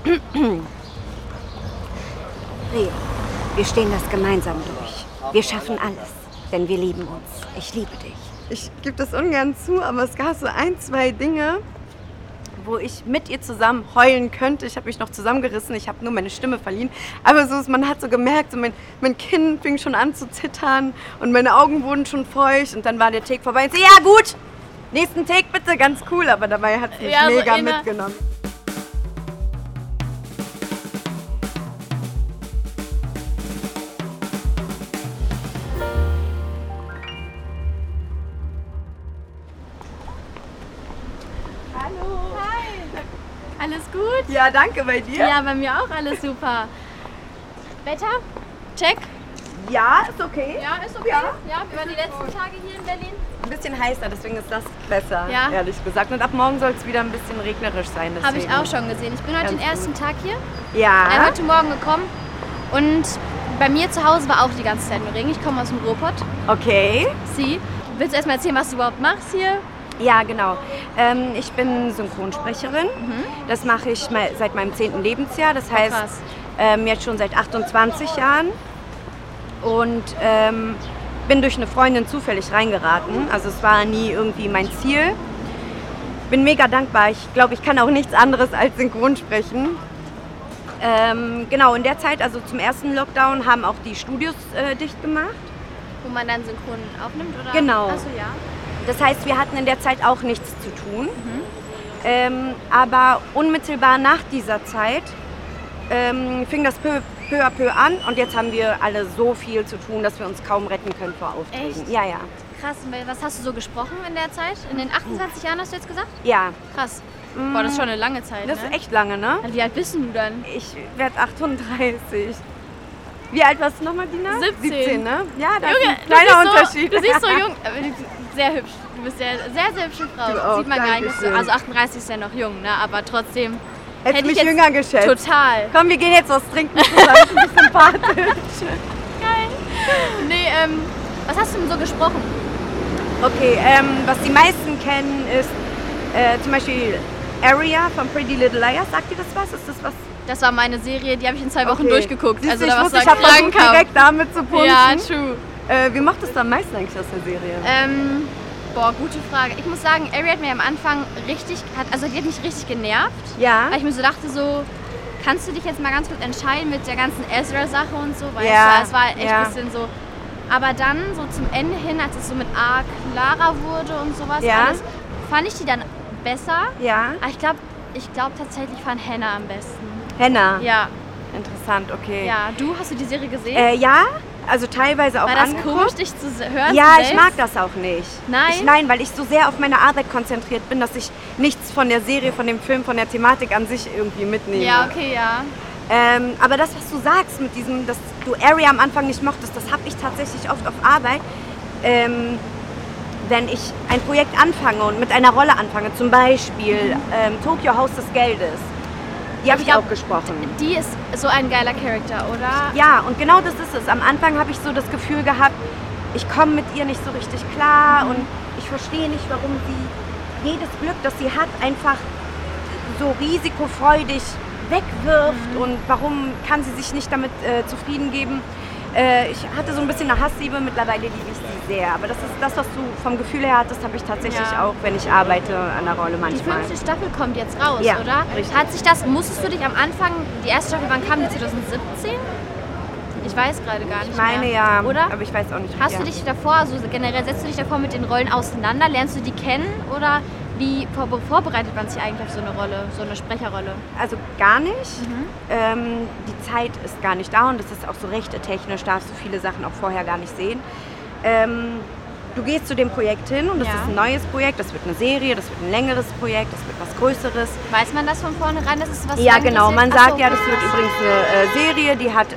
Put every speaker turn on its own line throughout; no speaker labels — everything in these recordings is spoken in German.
Rio, wir stehen das gemeinsam durch. Wir schaffen alles, denn wir lieben uns. Ich liebe dich.
Ich gebe das ungern zu, aber es gab so 1, 2 Dinge, wo ich mit ihr zusammen heulen könnte. Ich habe mich noch zusammengerissen, ich habe nur meine Stimme verliehen. Aber so, man hat so gemerkt, so mein Kinn fing schon an zu zittern und meine Augen wurden schon feucht. Und dann war der Take vorbei und sie, ja gut, nächsten Take bitte, ganz cool. Aber dabei hat es mich mega mitgenommen.
Alles gut?
Ja, danke, bei dir?
Ja, bei mir auch alles super. Wetter? Check?
Ja, ist okay.
Ja, ist okay. Ja, wie waren die letzten Tage hier in Berlin?
Ein bisschen heißer, deswegen ist das besser,
Ja.
ehrlich gesagt. Und ab morgen soll es wieder ein bisschen regnerisch sein.
Habe ich auch schon gesehen. Ich bin heute den ersten Tag hier.
Ja.
Heute Morgen gekommen. Und bei mir zu Hause war auch die ganze Zeit nur Regen. Ich komme aus dem Ruhrpott.
Okay.
Willst du erst mal erzählen, was du überhaupt machst hier?
Ja, genau. Ich bin Synchronsprecherin. Das mache ich seit meinem 10. Lebensjahr. Das heißt, jetzt schon seit 28 Jahren. Und bin durch eine Freundin zufällig reingeraten. Also es war nie irgendwie mein Ziel. Bin mega dankbar. Ich glaube, ich kann auch nichts anderes als synchron sprechen. Genau, in der Zeit, also zum ersten Lockdown, haben auch die Studios dicht gemacht.
Wo man dann synchron aufnimmt, oder?
Genau.
Achso, ja.
Das heißt, wir hatten in der Zeit auch nichts zu tun. Aber unmittelbar nach dieser Zeit fing das peu à peu an und jetzt haben wir alle so viel zu tun, dass wir uns kaum retten können vor Aufträgen.
Echt?
Ja, ja.
Krass, was hast du so gesprochen in der Zeit? In den 28 Jahren hast du jetzt gesagt?
Ja.
Krass. Boah, das ist schon eine lange Zeit,
Das
ne?
ist echt lange, ne?
Wie alt bist denn du dann?
Ich werde 38. Wie alt warst du nochmal, Dina?
17.
Ne? Ja, das
Junge,
ist ein kleiner Unterschied.
Du siehst so jung, sehr hübsch. Du bist ja sehr, sehr hübsche Frau.
Du auch,
Sieht man gar nicht.
Dankeschön.
Also 38 ist ja noch jung, ne? Aber trotzdem.
Hättest mich
jetzt
jünger geschätzt.
Total.
Komm, wir gehen jetzt was trinken zusammen. Ich bin ein bisschen sympathisch.
Geil. Nee, was hast du denn so gesprochen?
Okay, was die meisten kennen ist zum Beispiel Aria von Pretty Little Liars. Sagt dir das was? Ist das was?
Das war meine Serie, die habe ich in 2 Wochen durchgeguckt.
Siehst du,
Also da
ich
was
wusste, ich habe
kam.
direkt damit zu punkten.
Ja, true.
Wie mochtest du am meisten eigentlich aus der Serie?
Boah, gute Frage. Ich muss sagen, Aria hat mir am Anfang die hat mich richtig genervt.
Ja.
Weil ich mir so dachte, kannst du dich jetzt mal ganz kurz entscheiden mit der ganzen Ezra-Sache und so, weißt
Ja,
du? Es war echt
ja.
ein bisschen so. Aber dann, so zum Ende hin, als es so mit A klarer wurde und sowas
Ja.
alles, fand ich die dann besser.
Ja.
Aber ich glaube tatsächlich fand Hannah am besten.
Hannah.
Ja.
Interessant, okay.
Ja, hast du die Serie gesehen?
Ja, also teilweise auch
War das
angeguckt.
komisch, dich zu hören?
Ja,
selbst?
ich mag das auch nicht.
Nein?
Nein, weil ich so sehr auf meine Arbeit konzentriert bin, dass ich nichts von der Serie, von dem Film, von der Thematik an sich irgendwie mitnehme.
Ja, okay, ja.
Aber das, was du sagst mit diesem, dass du Aria am Anfang nicht mochtest, das habe ich tatsächlich oft auf Arbeit. Wenn ich ein Projekt anfange und mit einer Rolle anfange, zum Beispiel Tokyo Haus des Geldes, die habe ich auch gesprochen.
Die ist so ein geiler Charakter, oder?
Ja, und genau das ist es. Am Anfang habe ich so das Gefühl gehabt, ich komme mit ihr nicht so richtig klar und ich verstehe nicht, warum sie jedes Glück, das sie hat, einfach so risikofreudig wegwirft und warum kann sie sich nicht damit zufrieden geben. Ich hatte so ein bisschen eine Hassliebe, mittlerweile liebe ich sie sehr. Aber das ist das, was du vom Gefühl her hattest, habe ich tatsächlich auch, wenn ich arbeite an der Rolle manchmal.
Die 5. Staffel kommt jetzt raus,
Ja,
oder?
richtig.
Musstest du dich am Anfang, die erste Staffel, wann kam die, 2017? Ich weiß gerade gar nicht
Ich meine
mehr.
ja,
oder?
aber ich weiß auch nicht.
Hast du dich davor, also generell setzt du dich davor mit den Rollen auseinander? Lernst du die kennen oder wie vorbereitet man sich eigentlich auf so eine Rolle, so eine Sprecherrolle?
Also gar nicht. Die Zeit ist gar nicht da und das ist auch so technisch, darfst du viele Sachen auch vorher gar nicht sehen. Du gehst zu dem Projekt hin und das ist ein neues Projekt, das wird eine Serie, das wird ein längeres Projekt, das wird was Größeres.
Weiß man das von vornherein, dass es was
Ja,
Längeres
genau.
ist?
Man
Ach
sagt
so,
ja, das wird übrigens eine Serie, die hat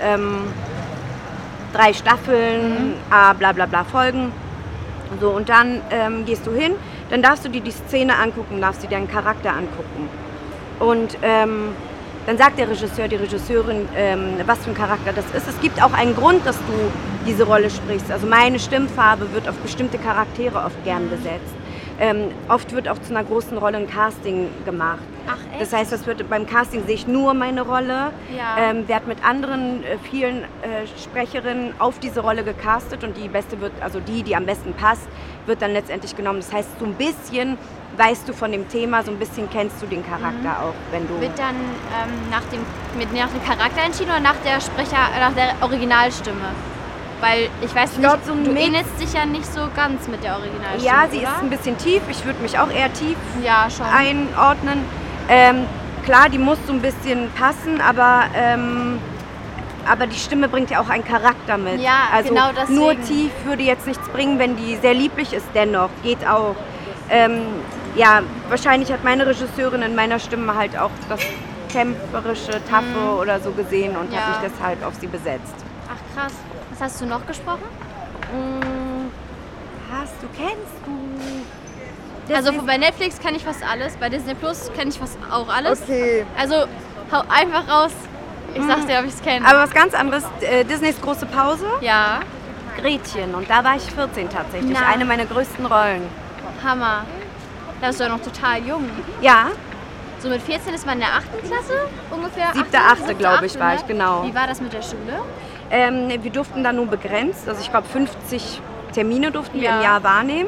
3 Staffeln, bla bla bla Folgen. So, und dann gehst du hin, dann darfst du dir die Szene angucken, darfst dir deinen Charakter angucken. Und dann sagt der Regisseur, die Regisseurin, was für ein Charakter das ist. Es gibt auch einen Grund, dass du diese Rolle sprichst. Also meine Stimmfarbe wird auf bestimmte Charaktere oft gern besetzt. Oft wird auch zu einer großen Rolle ein Casting gemacht.
Ach, echt?
Das heißt, beim Casting sehe ich nur meine Rolle, werde mit anderen vielen Sprecherinnen auf diese Rolle gecastet und die beste wird, also die am besten passt, wird dann letztendlich genommen. Das heißt, so ein bisschen weißt du von dem Thema, so ein bisschen kennst du den Charakter auch, wenn du...
Wird dann nach dem Charakter entschieden oder nach der Originalstimme? Weil ich weiß nicht, du ähnelst dich ja nicht so ganz mit der Originalstimme,
Ja, sie
oder?
ist ein bisschen tief. Ich würde mich auch eher tief
schon
einordnen. Klar, die muss so ein bisschen passen, aber die Stimme bringt ja auch einen Charakter mit.
Ja,
also
genau deswegen.
Nur tief würde jetzt nichts bringen, wenn die sehr lieblich ist dennoch. Geht auch. Wahrscheinlich hat meine Regisseurin in meiner Stimme halt auch das kämpferische, taffe oder so gesehen und hat mich deshalb auf sie besetzt.
Ach krass. Was hast du noch gesprochen?
Kennst du?
Also bei Netflix kenne ich fast alles, bei Disney Plus kenne ich fast auch alles.
Okay.
Also hau einfach raus. Ich sag dir, ob ich es kenne.
Aber was ganz anderes, Disneys große Pause?
Ja.
Gretchen. Und da war ich 14 tatsächlich.
Na.
Eine meiner größten Rollen.
Hammer. Da bist du ja noch total jung.
Ja.
So mit 14 ist man in der 8. Klasse ungefähr?
7., 8. glaube ich, war ich, genau.
Wie war das mit der Schule?
Wir durften da nur begrenzt, also ich glaube 50 Termine durften wir im Jahr wahrnehmen.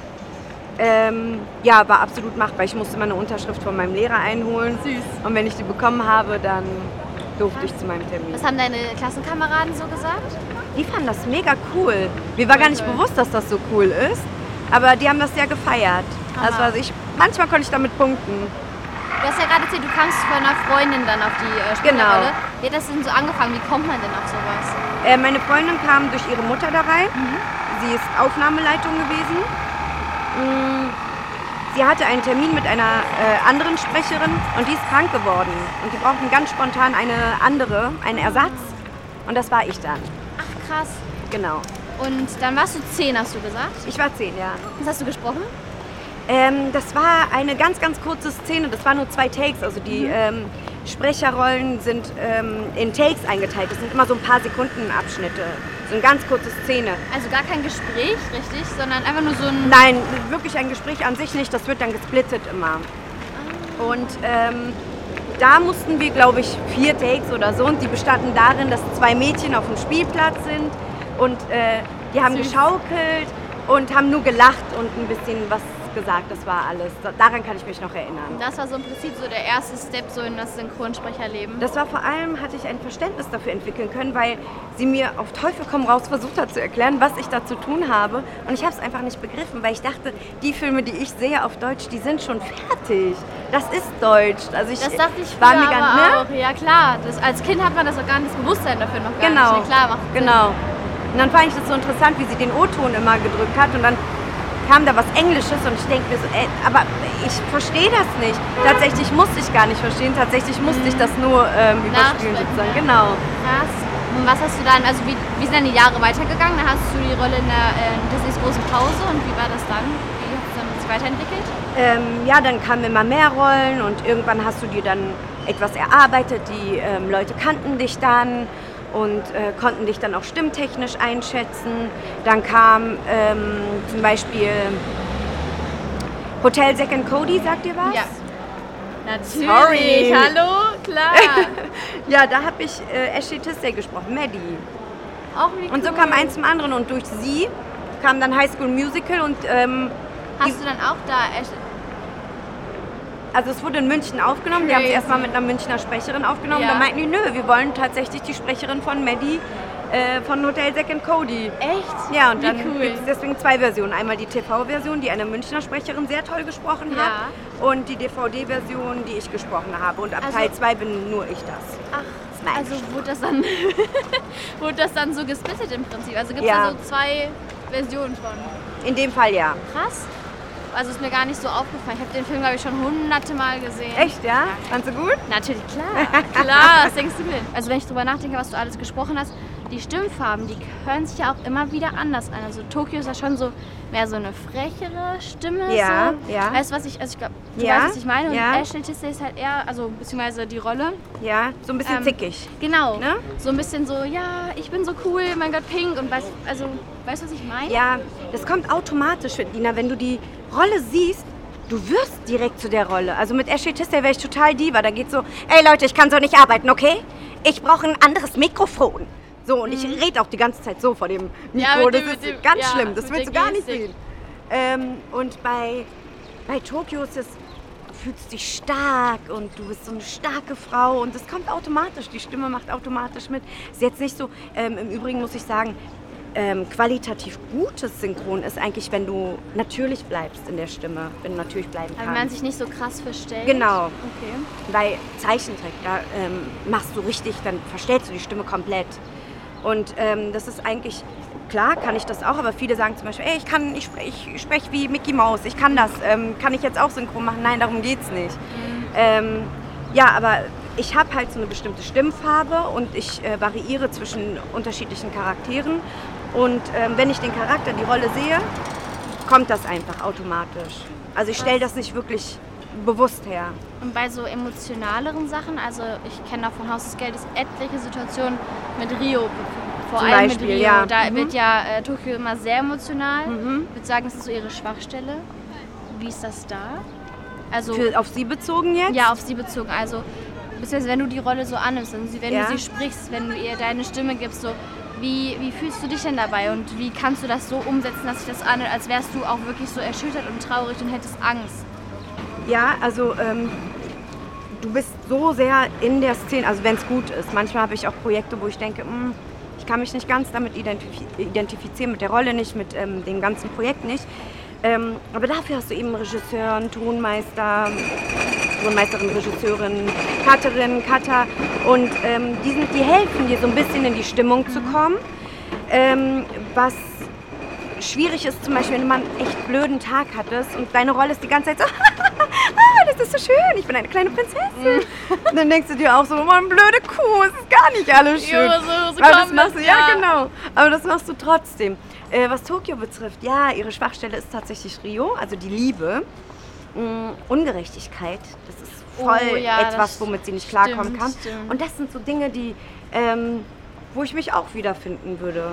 War absolut machbar. Ich musste meine Unterschrift von meinem Lehrer einholen.
Süß.
Und wenn ich die bekommen habe, dann durfte ich zu meinem Termin.
Was haben deine Klassenkameraden so gesagt?
Die fanden das mega cool. Mir war gar nicht bewusst, dass das so cool ist, aber die haben das sehr gefeiert. Also manchmal konnte ich damit punkten.
Du hast ja gerade erzählt, du kamst von einer Freundin dann auf die Sprecherrolle. Wie hat das denn so angefangen? Wie kommt man denn auf sowas?
Meine Freundin kam durch ihre Mutter da rein. Sie ist Aufnahmeleitung gewesen. Sie hatte einen Termin mit einer anderen Sprecherin und die ist krank geworden. Und die brauchten ganz spontan einen Ersatz. Und das war ich dann.
Ach krass.
Genau.
Und dann warst du 10, hast du gesagt?
Ich war 10, ja.
Was hast du gesprochen?
Das war eine ganz, ganz kurze Szene. Das waren nur 2 Takes. Also die Sprecherrollen sind in Takes eingeteilt. Das sind immer so ein paar Sekundenabschnitte. So eine ganz kurze Szene.
Also gar kein Gespräch, richtig? Sondern einfach nur so ein...
Nein, wirklich ein Gespräch an sich nicht. Das wird dann gesplittet immer. Und da mussten wir, glaube ich, 4 Takes oder so. Und die bestanden darin, dass 2 Mädchen auf dem Spielplatz sind. Und die haben geschaukelt und haben nur gelacht und ein bisschen was gesagt. Das war alles. Daran kann ich mich noch erinnern.
Das war so im Prinzip so der erste Step so in das Synchronsprecherleben.
Das war vor allem, hatte ich ein Verständnis dafür entwickeln können, weil sie mir auf Teufel komm raus versucht hat zu erklären, was ich da zu tun habe. Und ich habe es einfach nicht begriffen, weil ich dachte, die Filme, die ich sehe auf Deutsch, die sind schon fertig. Das ist Deutsch. Also
das dachte ich
war
früher
mir gar
aber auch. Ja klar, als Kind hat man das auch gar nicht, das Bewusstsein dafür noch gar nicht. Klar, macht Sinn.
Genau. Und dann fand ich das so interessant, wie sie den O-Ton immer gedrückt hat und dann kam da was Englisches und ich denke mir so, aber ich verstehe das nicht. Tatsächlich musste ich gar nicht verstehen, tatsächlich musste ich das nur überspielen sozusagen. Genau.
Krass. Und was hast du dann, also wie sind dann die Jahre weitergegangen? Dann hast du die Rolle in der Disneys großen Pause und wie war das dann? Wie hat es dann sich weiterentwickelt?
Dann kamen immer mehr Rollen und irgendwann hast du dir dann etwas erarbeitet, die Leute kannten dich dann und konnten dich dann auch stimmtechnisch einschätzen. Dann kam zum Beispiel Hotel Zack & Cody, sagt ihr was?
Ja. Natürlich,
Sorry.
Hallo, klar.
Ja, da habe ich Ashley Tisdale gesprochen, Maddie.
Auch wie cool.
Und so kam eins zum anderen und durch sie kam dann High School Musical und
hast du dann auch da
also es wurde in München aufgenommen,
Crazy.
Die haben es erstmal mit einer Münchner Sprecherin aufgenommen.
Ja.
Da meinten die, nö, wir wollen tatsächlich die Sprecherin von Maddie von Hotel Zack & Cody.
Echt?
Ja, und
Wie
dann
cool.
gibt es deswegen 2 Versionen. Einmal die TV-Version, die eine Münchner Sprecherin sehr toll gesprochen hat und die DVD-Version, die ich gesprochen habe. Und ab
Also-
Teil 2 bin nur ich das.
Ach,
Smash.
also wurde das dann so gesplittet im Prinzip? Also gibt es
Ja.
da so 2 Versionen von?
In dem Fall ja.
Krass. Also ist mir gar nicht so aufgefallen. Ich habe den Film, glaube ich, schon 100 Mal gesehen.
Echt, ja? Fandst du gut?
Natürlich, klar. Klar, was denkst du denn? Also wenn ich drüber nachdenke, was du alles gesprochen hast, die Stimmfarben, die hören sich ja auch immer wieder anders an. Also Tokio ist ja schon so mehr so eine frechere Stimme.
Ja,
so.
ja.
Weißt du, was ich, also ich glaube, du
Ja,
weißt, was ich meine. Und
ja.
Ashley Tisdale ist halt eher, also beziehungsweise die Rolle.
Ja, so ein bisschen zickig.
Genau.
Ne?
So ein bisschen so, ja, ich bin so cool, mein Gott, pink. Und weißt du, was ich meine?
Ja, das kommt automatisch, Dina, wenn du die Rolle siehst, du wirst direkt zu der Rolle. Also mit Ashley Tisdale wäre ich total Diva. Da geht so, ey Leute, ich kann so nicht arbeiten, okay? Ich brauche ein anderes Mikrofon. So, und ich rede auch die ganze Zeit so vor dem Mikro. Das ist ganz schlimm, das willst du gar nicht sehen. Und bei Tokyo ist es, du fühlst dich stark und du bist so eine starke Frau und das kommt automatisch, die Stimme macht automatisch mit. Ist jetzt nicht so, im Übrigen muss ich sagen, qualitativ gutes Synchron ist eigentlich, wenn du natürlich bleibst in der Stimme, wenn du natürlich bleiben kannst.
Aber man sich nicht so krass verstellt?
Genau.
Okay.
Bei Zeichentrick, da machst du richtig, dann verstellst du die Stimme komplett. Und das ist eigentlich, klar kann ich das auch, aber viele sagen zum Beispiel, ey, ich spreche wie Mickey Mouse, ich kann das, kann ich jetzt auch synchron machen? Nein, darum geht's nicht. Ja, aber ich habe halt so eine bestimmte Stimmfarbe und ich variiere zwischen unterschiedlichen Charakteren. Und wenn ich den Charakter, die Rolle sehe, kommt das einfach automatisch. Also ich stelle das nicht wirklich bewusst her.
Und bei so emotionaleren Sachen, also ich kenne auch von Haus des Geldes etliche Situationen mit Rio, vor
Zum
allem
Beispiel,
mit Rio.
ja.
Da wird ja Tokyo immer sehr emotional. Ich würde sagen, das ist so ihre Schwachstelle. Wie ist das da? Also,
Auf sie bezogen jetzt?
Ja, auf sie bezogen. Also, beziehungsweise wenn du die Rolle so annimmst, wenn du sie sprichst, wenn du ihr deine Stimme gibst, so, wie fühlst du dich denn dabei und wie kannst du das so umsetzen, dass sich das anhört, als wärst du auch wirklich so erschüttert und traurig und hättest Angst?
Ja, also du bist so sehr in der Szene, also wenn es gut ist. Manchmal habe ich auch Projekte, wo ich denke, ich kann mich nicht ganz damit identifizieren, mit der Rolle nicht, mit dem ganzen Projekt nicht. Aber dafür hast du eben einen Regisseur, einen Tonmeister, Tonmeisterin, Regisseurin, Cutter und die helfen dir so ein bisschen in die Stimmung zu kommen. Was schwierig ist zum Beispiel, wenn du mal einen echt blöden Tag hattest und deine Rolle ist die ganze Zeit so, das ist so schön, ich bin eine kleine Prinzessin. Und dann denkst du dir auch so, Mann, blöde Kuh, es ist gar nicht alles schön.
Jo, so
aber das machst du, ja genau, aber das machst du trotzdem. Was Tokyo betrifft, ja, ihre Schwachstelle ist tatsächlich Rio, also die Liebe. Ungerechtigkeit, das ist voll etwas, womit sie nicht klarkommen kann.
Stimmt.
Und das sind so Dinge, die, wo ich mich auch wiederfinden würde.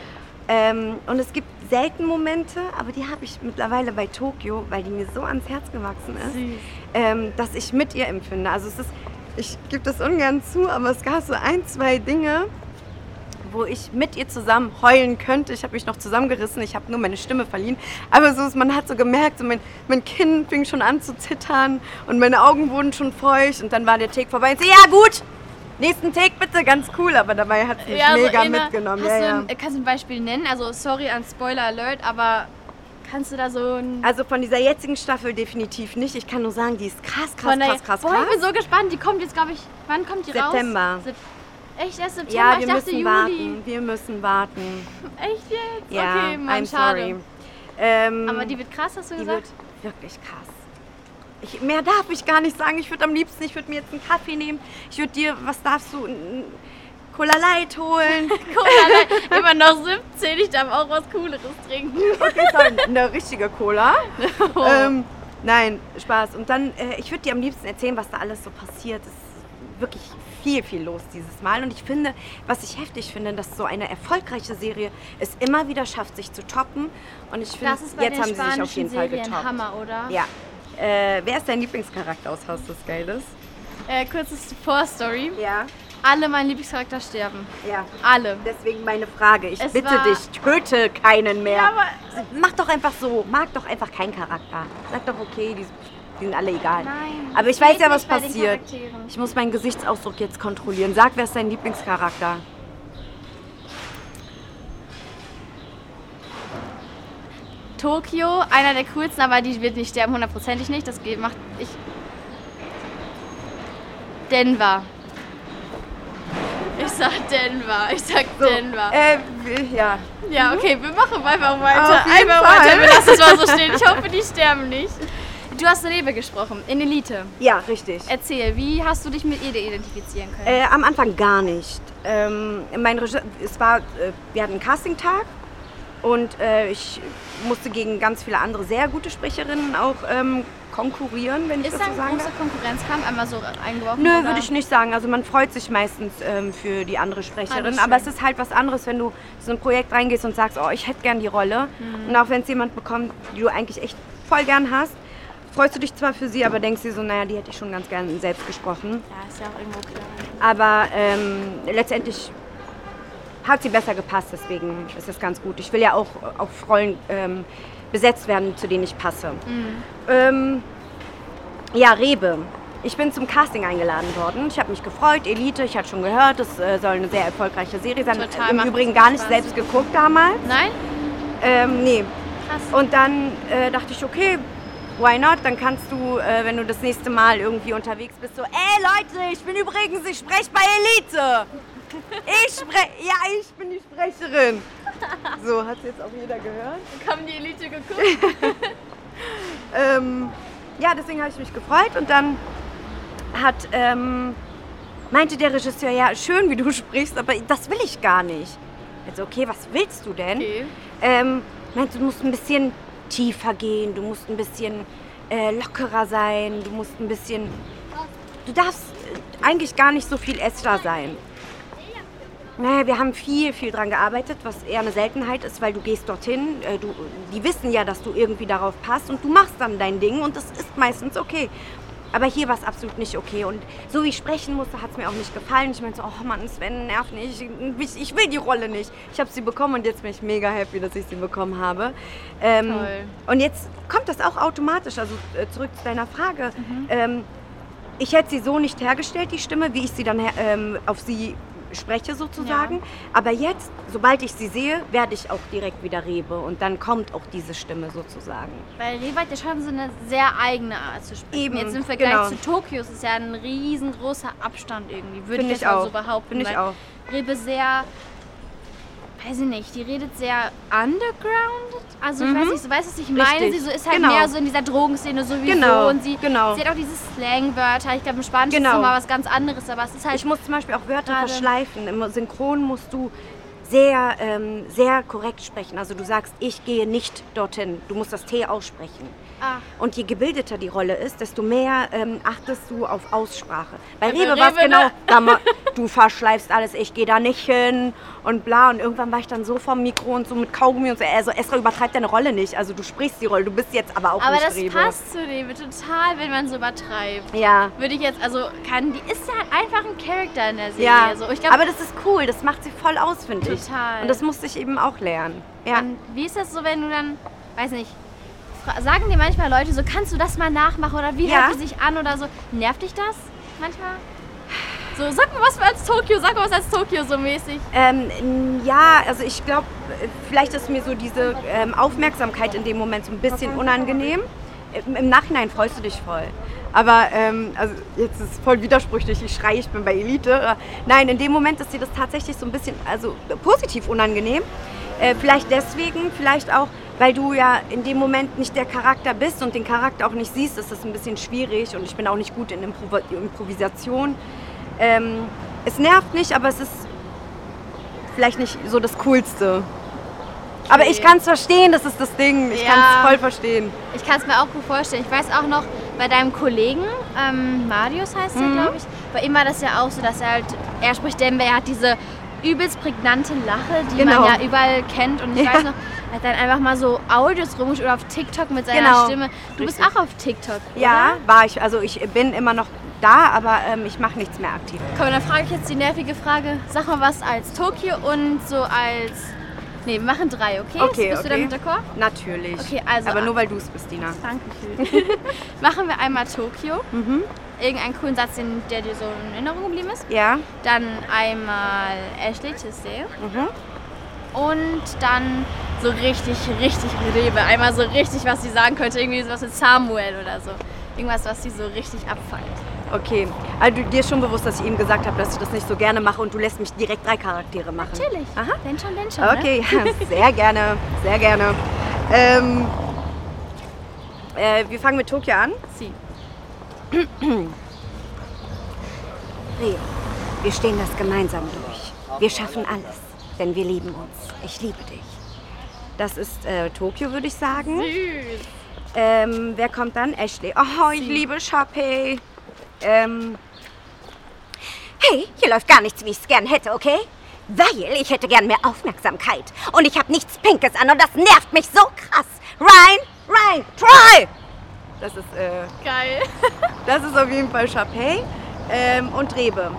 Und es gibt selten Momente, aber die habe ich mittlerweile bei Tokyo, weil die mir so ans Herz gewachsen ist, dass ich mit ihr empfinde. Also es ist, ich gebe das ungern zu, aber es gab so 1, 2 Dinge, wo ich mit ihr zusammen heulen könnte. Ich habe mich noch zusammengerissen, ich habe nur meine Stimme verliehen. Aber so, man hat so gemerkt, so mein Kinn fing schon an zu zittern und meine Augen wurden schon feucht und dann war der Take vorbei. Und so, ja gut, nächsten Take bitte, ganz cool. Aber dabei hat es mich mega mitgenommen.
Kannst du ein Beispiel nennen? Also sorry an Spoiler Alert, aber kannst du da so ein...
Also von dieser jetzigen Staffel definitiv nicht. Ich kann nur sagen, die ist krass.
Boah, ich bin so gespannt. Die kommt jetzt, glaube ich, wann kommt die
September.
Raus? Echt erst September?
Ja,
ich dachte Juli.
Warten. Wir müssen warten.
Echt jetzt?
Ja,
okay, Mann,
I'm
schade.
sorry.
Aber die wird krass, hast du
die
gesagt?
wird wirklich krass. Mehr darf ich gar nicht sagen. Ich würde am liebsten, ich würde mir jetzt einen Kaffee nehmen. Ich würde dir, was darfst du, Cola Light holen.
Cola Light, immer noch 17, ich darf auch was Cooleres trinken.
Okay, sorry, eine richtige Cola.
Oh.
Nein, Spaß. Und dann, ich würde dir am liebsten erzählen, was da alles so passiert. Es ist wirklich viel los dieses Mal. Und ich finde, was ich heftig finde, dass so eine erfolgreiche Serie es immer wieder schafft, sich zu toppen. Und ich finde, jetzt haben sie sich auf jeden Fall getoppt.
Hammer, oder?
Ja. Wer ist dein Lieblingscharakter aus Haus des Geldes?
Kurzes Vorstory.
Ja.
Alle meine Lieblingscharakter sterben.
Ja.
Alle.
Deswegen meine Frage. Ich
Es
bitte
war-
dich, töte keinen mehr.
Ja, aber-
Mach doch einfach so. Mag doch einfach keinen Charakter. Sag doch, okay, die sind alle egal.
Nein,
Aber ich
das
weiß
geht
ja, was
nicht bei den
passiert.
Charakteren.
Ich muss meinen Gesichtsausdruck jetzt kontrollieren. Sag, wer ist dein Lieblingscharakter?
Tokio, einer der coolsten, aber die wird nicht sterben, hundertprozentig nicht. Das macht ich. Denver. Ich sag Denver.
Ja.
Ja, okay, wir machen einfach weiter.
Auf jeden
Einfach
Fall.
weiter, wir lassen es mal so stehen. Ich hoffe, die sterben nicht. Du hast Rebe gesprochen, in Elite.
Ja, richtig.
Erzähl, wie hast du dich mit ihr identifizieren können?
Am Anfang gar nicht. Wir hatten einen Castingtag und ich musste gegen ganz viele andere sehr gute Sprecherinnen auch konkurrieren, wenn ich
Ist
das
da
so
ein
sagen
großer
darf.
Konkurrenzkampf einmal so eingeworfen?
Nö,
oder?
würde ich nicht sagen. Also man freut sich meistens für die andere Sprecherin.
Alles
Aber
schön.
es ist halt was anderes, wenn du so ein Projekt reingehst und sagst, oh, ich hätte gern die Rolle. Und auch wenn es jemand bekommt, die du eigentlich echt voll gern hast, freust du dich zwar für sie, aber denkst dir so, naja, die hätte ich schon ganz gern selbst gesprochen.
Ja, ist ja auch irgendwo klar.
Aber letztendlich hat sie besser gepasst, deswegen ist das ganz gut. Ich will ja auch auf Rollen besetzt werden, zu denen ich passe. Ja, Rebe. Ich bin zum Casting eingeladen worden. Ich habe mich gefreut. Elite, ich hatte schon gehört, das soll eine sehr erfolgreiche Serie sein.
Total,
im Übrigen gar nicht selbst geguckt damals.
Nein?
Nee.
Krass.
Und dann dachte ich, okay, why not? Dann kannst du, wenn du das nächste Mal irgendwie unterwegs bist, so, ey Leute, ich spreche bei Elite. Ich bin die Sprecherin. So, hat es jetzt auch jeder gehört?
Haben die Elite geguckt?
Ja, deswegen habe ich mich gefreut und dann meinte der Regisseur, ja, schön, wie du sprichst, aber das will ich gar nicht. Also, okay, was willst du denn?
Okay.
Meinte, du musst ein bisschen tiefer gehen, du musst ein bisschen lockerer sein, du darfst eigentlich gar nicht so viel Esther sein. Naja, wir haben viel dran gearbeitet, was eher eine Seltenheit ist, weil du gehst dorthin, die wissen ja, dass du irgendwie darauf passt und du machst dann dein Ding und das ist meistens okay. Aber hier war es absolut nicht okay und so wie ich sprechen musste, hat es mir auch nicht gefallen. Ich meinte so, oh Mann, Sven, nerv nicht, ich will die Rolle nicht. Ich habe sie bekommen und jetzt bin ich mega happy, dass ich sie bekommen habe.
Toll.
Und jetzt kommt das auch automatisch, also zurück zu deiner Frage. Ich hätte sie so nicht hergestellt, die Stimme, wie ich sie dann auf sie spreche sozusagen. Ja. Aber jetzt, sobald ich sie sehe, werde ich auch direkt wieder Rebe und dann kommt auch diese Stimme sozusagen.
Weil Rebe hat ja schon so eine sehr eigene Art zu sprechen.
Eben,
jetzt im Vergleich zu Tokio ist es ja ein riesengroßer Abstand irgendwie, würde ich jetzt auch so behaupten.
Finde ich auch.
Rebe sehr, weiß ich nicht, die redet sehr underground. Also ich weiß nicht, so weißt du, was ich meine?
Richtig.
Sie so ist halt mehr so in dieser Drogenszene sowieso und sie hat auch diese Slangwörter. Ich glaube, im Spanischen ist es mal was ganz anderes, aber es ist halt...
Ich muss zum Beispiel auch Wörter verschleifen. Im Synchron musst du sehr, sehr korrekt sprechen. Also du sagst, ich gehe nicht dorthin. Du musst das T aussprechen. Und je gebildeter die Rolle ist, desto mehr achtest du auf Aussprache. Bei Rebe war es genau, du verschleifst alles, ich gehe da nicht hin und bla. Und irgendwann war ich dann so vom Mikro und so mit Kaugummi und so, also Esra, übertreibt deine Rolle nicht. Also du sprichst die Rolle, du bist jetzt aber auch nicht Rebe.
Aber das passt zu Rebe total, wenn man so übertreibt.
Ja.
Würde ich jetzt, also die ist ja einfach ein Charakter in der Serie.
Ja,
also ich glaub,
aber das ist cool, das macht sie voll aus, finde ich.
Total.
Und das musste ich eben auch lernen. Ja.
Und wie ist das so, wenn du dann, weiß nicht, sagen dir manchmal Leute so, kannst du das mal nachmachen oder wie hört die sich an oder so? Nervt dich das manchmal? So, sag mal was als Tokio so mäßig.
Ja, also ich glaube, vielleicht ist mir so diese Aufmerksamkeit in dem Moment so ein bisschen unangenehm. Im Nachhinein freust du dich voll. Aber also jetzt ist es voll widersprüchlich, ich schreie, ich bin bei Elite. Nein, in dem Moment ist dir das tatsächlich so ein bisschen positiv unangenehm. Vielleicht deswegen, vielleicht auch, weil du ja in dem Moment nicht der Charakter bist und den Charakter auch nicht siehst, ist das ein bisschen schwierig und ich bin auch nicht gut in Improvisation. Es nervt nicht, aber es ist vielleicht nicht so das Coolste. Okay. Aber ich kann es verstehen, das ist das Ding. Ich kann es voll verstehen.
Ich kann es mir auch gut vorstellen. Ich weiß auch noch, bei deinem Kollegen, Marius heißt er, glaube ich, bei ihm war das ja auch so, dass er spricht Dembe, er hat diese übelst prägnante Lache, die man ja überall kennt. Und ich weiß noch, er hat dann einfach mal so Audios rumgeschickt oder auf TikTok mit seiner Stimme. Du bist auch auf TikTok, oder?
Ja, war ich. Also ich bin immer noch da, aber ich mache nichts mehr aktiv.
Komm, dann frage ich jetzt die nervige Frage. Sag mal was als Tokio und so als... Nee, wir machen 3, okay? Bist du damit d'accord?
Natürlich.
Okay, also...
Aber nur weil du es bist, Dina.
Dankeschön. Machen wir einmal Tokio. Irgendeinen coolen Satz, der dir so in Erinnerung geblieben ist.
Ja.
Dann einmal Ashley Tisdale. Und dann so richtig Rebe. Einmal so richtig, was sie sagen könnte. Irgendwie sowas mit Samuel oder so. Irgendwas, was sie so richtig abfuckt.
Okay. Also dir ist schon bewusst, dass ich ihm gesagt habe, dass ich das nicht so gerne mache und du lässt mich direkt 3 Charaktere machen.
Natürlich.
Aha.
Denn schon.
Okay,
ne?
Sehr gerne. Sehr gerne. Wir fangen mit Tokio an.
Sie.
Wir stehen das gemeinsam durch. Wir schaffen alles, denn wir lieben uns. Ich liebe dich.
Das ist Tokio, würde ich sagen.
Süß.
Wer kommt dann? Ashley. Oh, ich liebe Sharpay.
Hey, hier läuft gar nichts, wie ich es gern hätte, okay? Weil ich hätte gern mehr Aufmerksamkeit. Und ich habe nichts Pinkes an und das nervt mich so krass.
Rain, try! Das ist,
Geil.
das ist auf jeden Fall Sharpay und Rebe.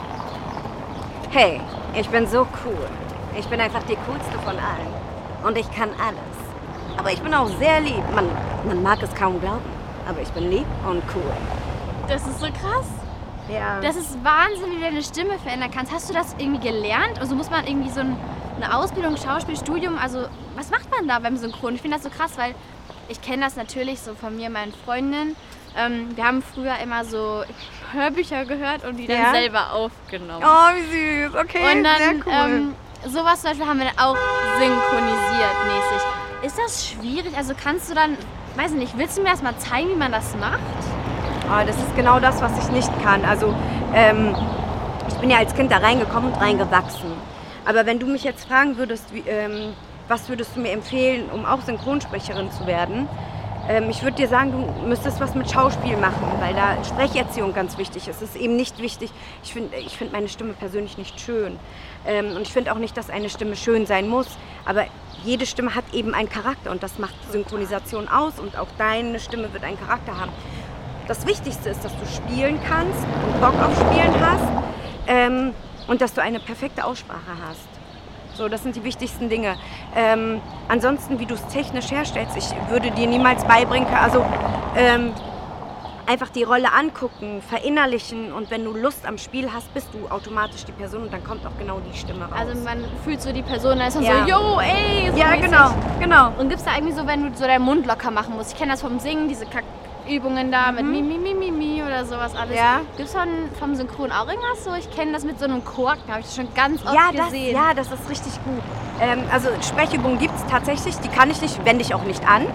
Hey, ich bin so cool. Ich bin einfach die coolste von allen. Und ich kann alles. Aber ich bin auch sehr lieb. Man mag es kaum glauben. Aber ich bin lieb und cool.
Das ist so krass.
Ja.
Das ist Wahnsinn, wie du deine Stimme verändern kannst. Hast du das irgendwie gelernt? Also muss man irgendwie so eine Ausbildung, Schauspielstudium, also was macht man da beim Synchron? Ich finde das so krass, weil ich kenne das natürlich so von mir, meinen Freundinnen. Wir haben früher immer so Hörbücher gehört und die dann selber aufgenommen.
Oh, wie süß. Okay,
und dann,
sehr cool.
Sowas zum Beispiel haben wir dann auch synchronisiert mäßig. Ist das schwierig? Also kannst du dann, weiß ich nicht, willst du mir das mal zeigen, wie man das macht?
Oh, das ist genau das, was ich nicht kann. Also ich bin ja als Kind da reingekommen und reingewachsen. Aber wenn du mich jetzt fragen würdest, was würdest du mir empfehlen, um auch Synchronsprecherin zu werden? Ich würde dir sagen, du müsstest was mit Schauspiel machen, weil da Sprecherziehung ganz wichtig ist. Es ist eben nicht wichtig, ich find meine Stimme persönlich nicht schön. Und ich finde auch nicht, dass eine Stimme schön sein muss. Aber jede Stimme hat eben einen Charakter und das macht Synchronisation aus und auch deine Stimme wird einen Charakter haben. Das Wichtigste ist, dass du spielen kannst und Bock auf Spielen hast und dass du eine perfekte Aussprache hast. So, das sind die wichtigsten Dinge. Ansonsten, wie du es technisch herstellst, ich würde dir niemals beibringen, also einfach die Rolle angucken, verinnerlichen und wenn du Lust am Spiel hast, bist du automatisch die Person und dann kommt auch genau die Stimme raus.
Also man fühlt so die Person, da ist dann so, yo, ey, so
ja,
mäßig.
genau.
Und gibt es da irgendwie so, wenn du so deinen Mund locker machen musst? Ich kenne das vom Singen, diese Übungen da mit Mi oder sowas alles.
Ja.
Gibt es vom Synchron auch irgendwas so? Ich kenne das mit so einem Korken, habe ich das schon ganz oft gesehen.
Ja, das ist richtig gut. Also Sprechübungen gibt es tatsächlich, die kann ich nicht, wende ich auch nicht an.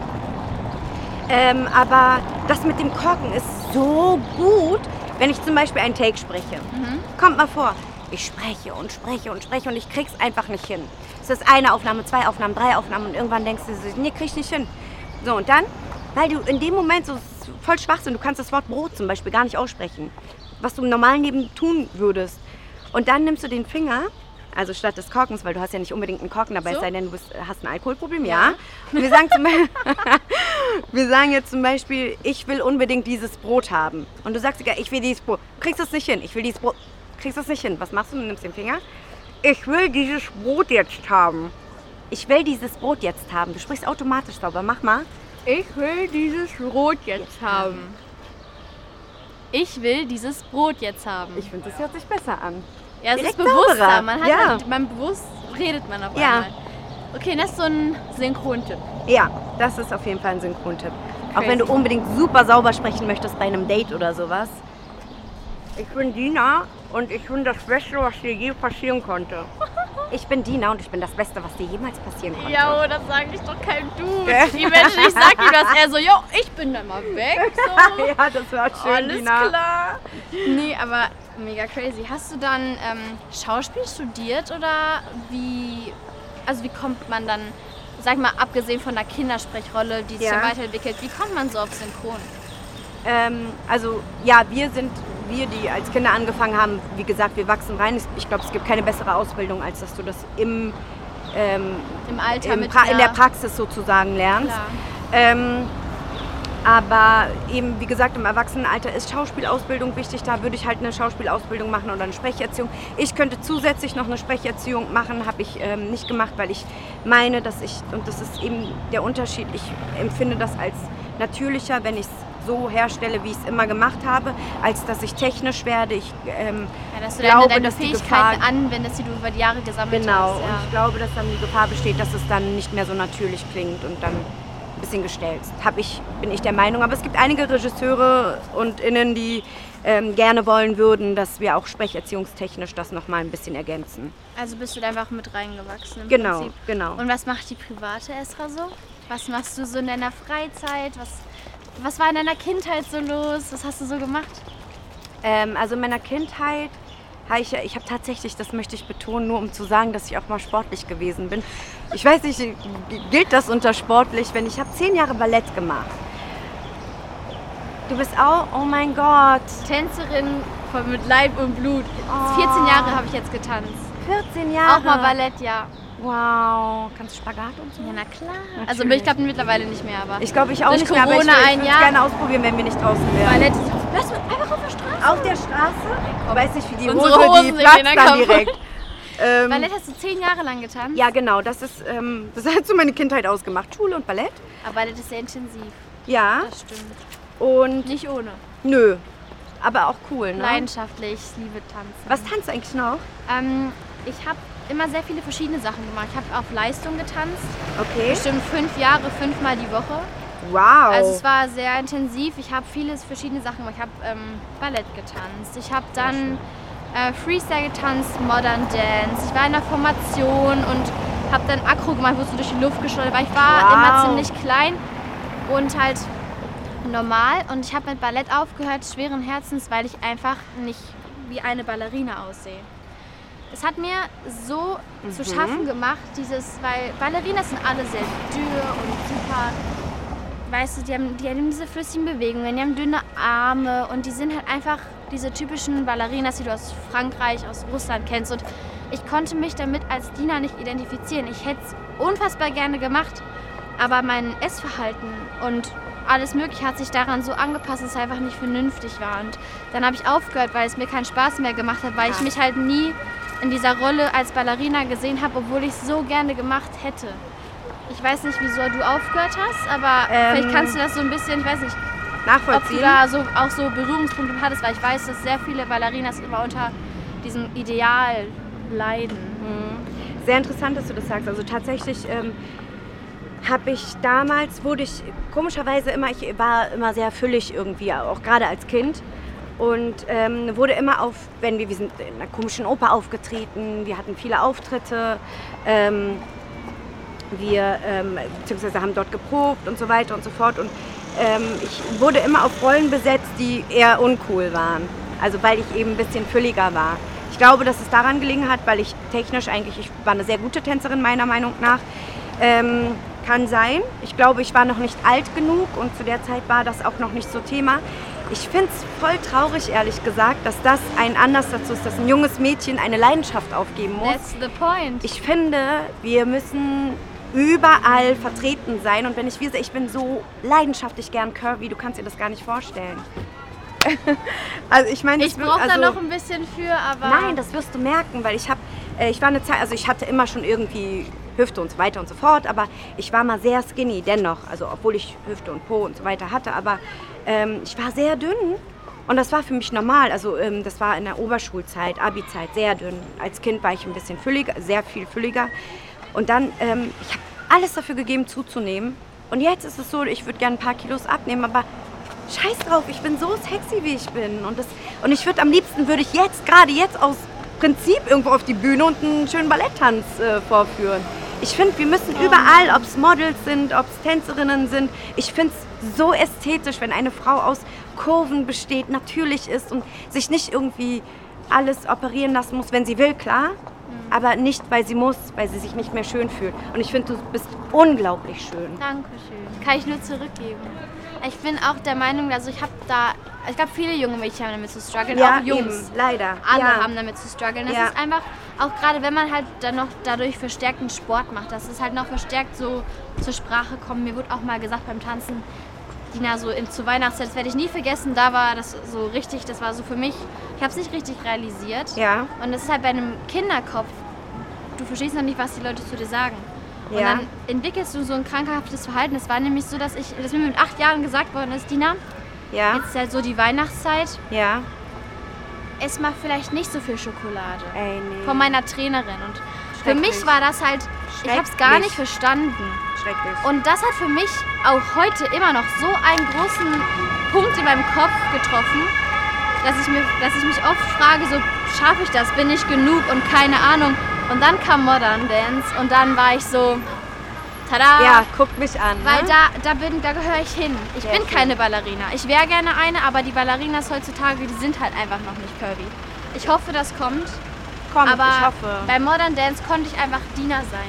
Aber das mit dem Korken ist so gut, wenn ich zum Beispiel einen Take spreche. Kommt mal vor, ich spreche und ich krieg's einfach nicht hin. Es ist eine Aufnahme, 2 Aufnahmen, 3 Aufnahmen und irgendwann denkst du so, nee, krieg ich nicht hin. So und dann, weil du in dem Moment so voll Schwachsinn, du kannst das Wort Brot zum Beispiel gar nicht aussprechen, was du im normalen Leben tun würdest. Und dann nimmst du den Finger, also statt des Korkens, weil du hast ja nicht unbedingt einen Korken dabei, es sei denn, du hast ein Alkoholproblem, ja. Und wir sagen jetzt zum Beispiel, ich will unbedingt dieses Brot haben. Und du sagst, ich will dieses Brot. Du kriegst es nicht hin, ich will dieses Brot. Kriegst es nicht hin. Was machst du? Du nimmst den Finger. Ich will dieses Brot jetzt haben. Ich will dieses Brot jetzt haben. Du sprichst automatisch sauber. Mach mal.
Ich will dieses Brot jetzt haben. Ich will dieses Brot jetzt haben.
Ich finde, das hört sich besser an.
Ja, es
direkt
ist bewusster.
sauberer.
Man hat halt, man bewusst redet man auf einmal. Okay, das ist so ein Synchrontipp.
Ja, das ist auf jeden Fall ein Synchrontipp. Auch wenn du unbedingt super sauber sprechen möchtest bei einem Date oder sowas. Ich bin Dina und ich bin das Beste, was dir je passieren konnte. Ich bin Dina und ich bin das Beste, was dir jemals passieren konnte.
Ja, oh, das sage ich doch kein Du. Die Menschen, ich sag ihm das eher so, jo, ich bin dann mal weg. So.
Ja, das war schön,
alles
Dina.
Alles klar. Nee, aber mega crazy. Hast du dann Schauspiel studiert oder wie kommt man dann, sag mal, abgesehen von der Kindersprechrolle, die sich ja weiterentwickelt, wie kommt man so auf Synchron?
Also ja, wir, die als Kinder angefangen haben, wie gesagt, wir wachsen rein. Ich glaube, es gibt keine bessere Ausbildung, als dass du das im
Alter
in der Praxis sozusagen lernst. Aber eben, wie gesagt, im Erwachsenenalter ist Schauspielausbildung wichtig. Da würde ich halt eine Schauspielausbildung machen oder eine Sprecherziehung. Ich könnte zusätzlich noch eine Sprecherziehung machen, habe ich nicht gemacht, weil ich meine, und das ist eben der Unterschied, ich empfinde das als natürlicher, wenn ich es so herstelle, wie ich es immer gemacht habe, als dass ich technisch werde. Ich
dass du deine Fähigkeiten anwendest, die du über die Jahre gesammelt hast.
Genau, und ich glaube, dass dann die Gefahr besteht, dass es dann nicht mehr so natürlich klingt und dann ein bisschen gestelzt. Bin ich der Meinung. Aber es gibt einige Regisseure und Innen, die gerne wollen würden, dass wir auch sprecherziehungstechnisch das nochmal ein bisschen ergänzen.
Also bist du da einfach mit reingewachsen im
Prinzip. Genau.
Und was macht die private Esra so? Was machst du so in deiner Freizeit? Was war in deiner Kindheit so los? Was hast du so gemacht?
Also in meiner Kindheit ich habe tatsächlich, das möchte ich betonen, nur um zu sagen, dass ich auch mal sportlich gewesen bin. Ich weiß nicht, gilt das unter sportlich, wenn ich habe 10 Jahre Ballett gemacht. Du bist auch, oh mein Gott.
Tänzerin mit Leib und Blut. 14 Jahre habe ich jetzt getanzt.
14 Jahre?
Auch mal Ballett, ja.
Wow. Kannst du Spagat und so?
Ja, na klar.
Natürlich.
Also ich glaube mittlerweile nicht mehr, aber...
Ich glaube, ich auch
durch
nicht mehr, aber ich
Corona
würde es gerne ausprobieren, wenn wir nicht draußen wären.
Ballett. Lass mal einfach auf der Straße.
Auf der Straße? Ich weiß nicht, wie die
Unsere
Hose,
Hosen
die
sehen
platzt
dann
dann
kaputt.
direkt.
Ballett hast du 10 Jahre lang getanzt?
Ja, genau. Das hat so meine Kindheit ausgemacht. Schule und Ballett.
Aber Ballett ist sehr intensiv.
Ja.
Das stimmt.
Und
Nicht ohne.
nö. Aber auch cool, ne?
Leidenschaftlich, ich liebe Tanzen.
Was tanzt du eigentlich noch?
Ich habe immer sehr viele verschiedene Sachen gemacht. Ich habe auf Leistung getanzt.
Okay.
Bestimmt 5 Jahre, 5-mal die Woche.
Wow.
Also es war sehr intensiv. Ich habe viele verschiedene Sachen gemacht. Ich habe Ballett getanzt. Ich habe dann Freestyle getanzt, Modern Dance. Ich war in der Formation und habe dann Akro gemacht, wo es so durch die Luft geschleudert war. Ich war immer ziemlich klein und halt normal. Und ich habe mit Ballett aufgehört, schweren Herzens, weil ich einfach nicht wie eine Ballerina aussehe. Es hat mir so zu schaffen gemacht, weil Ballerinas sind alle sehr dürr und super, weißt du, die haben diese flüssigen Bewegungen, die haben dünne Arme und die sind halt einfach diese typischen Ballerinas, die du aus Frankreich, aus Russland kennst. Und ich konnte mich damit als Dina nicht identifizieren. Ich hätte es unfassbar gerne gemacht, aber mein Essverhalten und alles Mögliche hat sich daran so angepasst, dass es einfach nicht vernünftig war. Und dann habe ich aufgehört, weil es mir keinen Spaß mehr gemacht hat, weil ich mich halt nie in dieser Rolle als Ballerina gesehen habe, obwohl ich es so gerne gemacht hätte. Ich weiß nicht, wieso du aufgehört hast, aber vielleicht kannst du das so ein bisschen, ich weiß nicht,
nachvollziehen.
ob du da auch so Berührungspunkte hattest, weil ich weiß, dass sehr viele Ballerinas immer unter diesem Ideal leiden.
Sehr interessant, dass du das sagst. Also tatsächlich wurde ich komischerweise ich war immer sehr füllig irgendwie, auch gerade als Kind. Und wurde immer wir sind in einer komischen Oper aufgetreten, wir hatten viele Auftritte, beziehungsweise haben dort geprobt und so weiter und so fort. Und ich wurde immer auf Rollen besetzt, die eher uncool waren. Also weil ich eben ein bisschen fülliger war. Ich glaube, dass es daran gelegen hat, weil ich technisch ich war eine sehr gute Tänzerin meiner Meinung nach. Kann sein. Ich glaube, ich war noch nicht alt genug und zu der Zeit war das auch noch nicht so Thema. Ich finde es voll traurig, ehrlich gesagt, dass das ein Anlass dazu ist, dass ein junges Mädchen eine Leidenschaft aufgeben muss.
That's the point.
Ich finde, wir müssen überall vertreten sein. Und wenn ich bin so leidenschaftlich gern curvy, du kannst dir das gar nicht vorstellen. Also ich meine,
ich brauche da noch ein bisschen für, aber...
Nein, das wirst du merken, weil ich war eine Zeit, also ich hatte immer schon irgendwie Hüfte und so weiter und so fort, aber ich war mal sehr skinny dennoch, also obwohl ich Hüfte und Po und so weiter hatte, aber ich war sehr dünn und das war für mich normal, also das war in der Oberschulzeit, Abi-Zeit, sehr dünn. Als Kind war ich ein bisschen fülliger, sehr viel fülliger und dann, ich habe alles dafür gegeben zuzunehmen und jetzt ist es so, ich würde gerne ein paar Kilos abnehmen, aber scheiß drauf, ich bin so sexy, wie ich bin und ich würde am liebsten, gerade jetzt aus Prinzip irgendwo auf die Bühne und einen schönen Balletttanz vorführen. Ich finde, wir müssen überall, ob es Models sind, ob es Tänzerinnen sind, ich finde es so ästhetisch, wenn eine Frau aus Kurven besteht, natürlich ist und sich nicht irgendwie alles operieren lassen muss, wenn sie will, klar, aber nicht, weil sie muss, weil sie sich nicht mehr schön fühlt. Und ich finde, du bist unglaublich schön.
Dankeschön. Kann ich nur zurückgeben. Ich bin auch der Meinung, also ich glaube, viele junge Mädchen haben damit zu strugglen,
ja,
auch Jungs.
Eben, leider.
Alle haben damit zu strugglen. Das ist einfach, auch gerade wenn man halt dann noch dadurch verstärkten Sport macht, dass es halt noch verstärkt so zur Sprache kommt. Mir wurde auch mal gesagt beim Tanzen, Dina, so zur Weihnachtszeit, das werde ich nie vergessen, da war das so richtig, das war so für mich, ich habe es nicht richtig realisiert.
Ja.
Und das ist halt bei einem Kinderkopf, du verstehst noch nicht, was die Leute zu dir sagen. Und
Ja.
dann entwickelst du so ein krankhaftes Verhalten. Es war nämlich so, dass mir mit 8 Jahren gesagt worden ist, Dina,
Ja.
jetzt ist halt so die Weihnachtszeit,
Ja.
ess mal vielleicht nicht so viel Schokolade.
Ey, nee.
Von meiner Trainerin. Und für
Schrecklich.
mich war das halt, ich habe es gar
Schrecklich.
nicht verstanden.
Schrecklich.
Und das hat für mich auch heute immer noch so einen großen Punkt in meinem Kopf getroffen, dass ich mich oft frage, so schaffe ich das, bin ich genug und keine Ahnung. Und dann kam Modern Dance und dann war ich so, tada!
Ja, guck mich an.
Weil
Ne?
da gehöre ich hin. Ich
Sehr
bin
schön.
keine Ballerina. Ich wäre gerne eine, aber die Ballerinas heutzutage, die sind halt einfach noch nicht curvy. Ich hoffe, das kommt.
Komm,
Aber
ich hoffe.
bei Modern Dance konnte ich einfach Dina sein.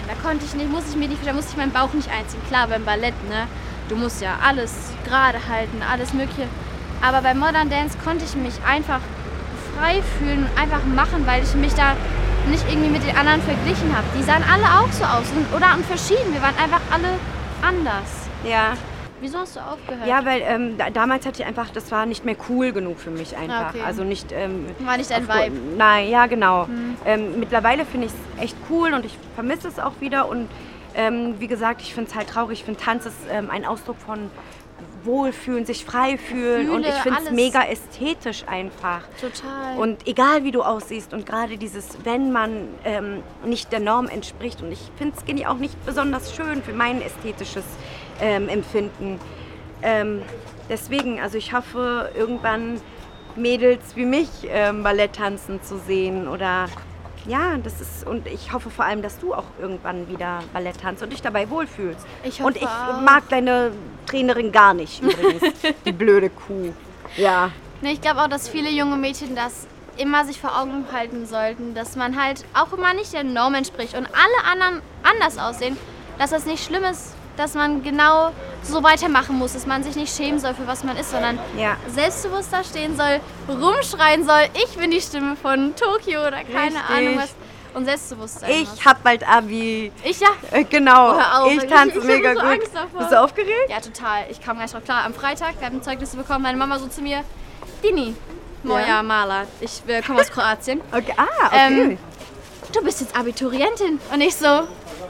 Da musste ich meinen Bauch nicht einziehen. Klar, beim Ballett, ne? Du musst ja alles gerade halten, alles Mögliche. Aber bei Modern Dance konnte ich mich einfach frei fühlen und einfach machen, weil ich mich da nicht irgendwie mit den anderen verglichen habe. Die sahen alle auch so aus und verschieden. Wir waren einfach alle anders.
Ja.
Wieso hast du aufgehört?
Ja, weil damals hatte ich einfach, das war nicht mehr cool genug für mich einfach.
Okay.
Also nicht...
war nicht dein Vibe?
Nein, ja genau. Mittlerweile finde ich es echt cool und ich vermisse es auch wieder. Und wie gesagt, ich finde es halt traurig. Ich finde, Tanz ist ein Ausdruck von Wohlfühlen, sich frei fühlen. Und ich finde es mega ästhetisch einfach.
Total.
Und egal wie du aussiehst und gerade dieses, wenn man nicht der Norm entspricht. Und ich finde Skinny auch nicht besonders schön für mein ästhetisches Empfinden. Deswegen, also ich hoffe, irgendwann Mädels wie mich Ballett tanzen zu sehen oder ja, das ist, und ich hoffe vor allem, dass du auch irgendwann wieder Ballett tanzt und dich dabei wohlfühlst.
Ich hoffe
und ich
auch.
mag deine Trainerin gar nicht übrigens, die blöde Kuh. Ja.
Nee, ich glaube auch, dass viele junge Mädchen das immer sich vor Augen halten sollten, dass man halt auch immer nicht der Norm entspricht und alle anderen anders aussehen, dass das nicht schlimm ist, dass man genau so weitermachen muss, dass man sich nicht schämen soll, für was man ist, sondern selbstbewusst da stehen soll, rumschreien soll, ich bin die Stimme von Tokio oder keine Ahnung was. Und selbstbewusst sein muss.
Ich hab bald Abi.
Ich ja.
Genau.
Oh, hör auf.
Ich tanze mega
so
gut.
Angst davor.
Bist du aufgeregt?
Ja, total. Ich kam gar nicht drauf klar. Am Freitag, wir haben Zeugnisse bekommen, meine Mama so zu mir, Dini, Moja Maler, ich komme aus Kroatien.
Okay. Ah, okay.
Du bist jetzt Abiturientin. Und ich so,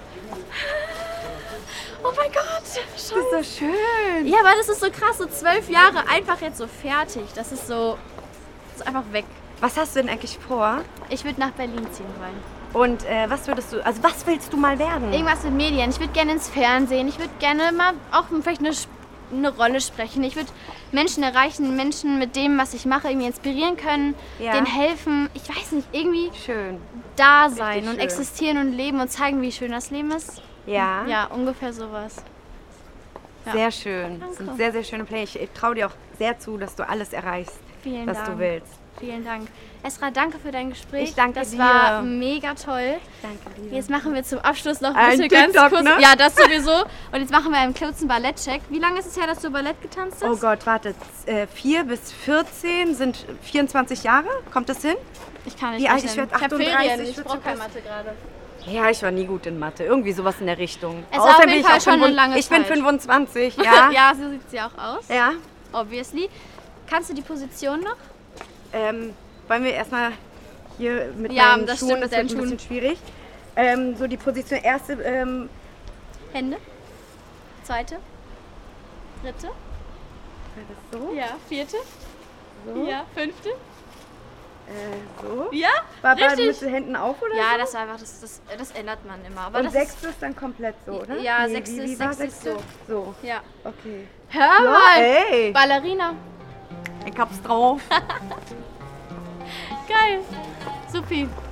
oh mein Gott,
das ist so schön.
Ja, aber das ist so krass, so 12 Jahre einfach jetzt so fertig. Das ist so einfach weg.
Was hast du denn eigentlich vor?
Ich würde nach Berlin ziehen wollen.
Und was willst du mal werden?
Irgendwas mit Medien. Ich würde gerne ins Fernsehen. Ich würde gerne mal auch vielleicht eine Rolle sprechen. Ich würde Menschen erreichen, Menschen mit dem, was ich mache, irgendwie inspirieren können, denen helfen. Ich weiß nicht, irgendwie
schön.
Da sein und existieren und leben und zeigen, wie schön das Leben ist.
Ja.
Ja, ungefähr sowas. Ja.
Sehr schön.
Danke.
Das sind sehr, sehr schöne Pläne. Ich traue dir auch sehr zu, dass du alles erreichst, was du willst.
Vielen Dank. Esra, danke für dein Gespräch.
Ich danke
dir. Das war mega toll.
Danke dir.
Jetzt machen wir zum Abschluss noch
ein
bisschen ganz
TikTok,
kurz.
Ne?
Ja, das sowieso. Und jetzt machen wir einen kurzen Ballettcheck. Wie lange ist es her, dass du Ballett getanzt hast?
Oh Gott, warte. 4 bis 14 sind 24 Jahre. Kommt das hin?
Ich kann nicht
Wie alt?
rechnen.
Ich werde 38.
Ferien. Ich brauche keine Mathe gerade.
Ja, ich war nie gut in Mathe. Irgendwie sowas in der Richtung.
Es war auf jeden Fall schon eine lange
Ich bin
Zeit.
25, ja.
Ja, so sieht sie auch aus.
Ja.
Obviously. Kannst du die Position noch?
Wollen wir erstmal hier mit
ja,
meinen
das
Schuhen,
stimmt,
das wird ein bisschen schwierig. So die Position, erste...
Hände. Zweite. Dritte.
So?
Ja, vierte.
So.
Ja, fünfte.
So?
Ja,
war
richtig.
mit den Händen auf oder
ja,
so?
das war einfach, das ändert man immer. Aber
und
das
sechste ist dann komplett so, oder?
Ja,
nee,
sechste
wie war
ist so.
So.
Ja.
Okay.
Hör mal!
Ey.
Ballerina.
Ich hab's drauf.
Geil. Supi.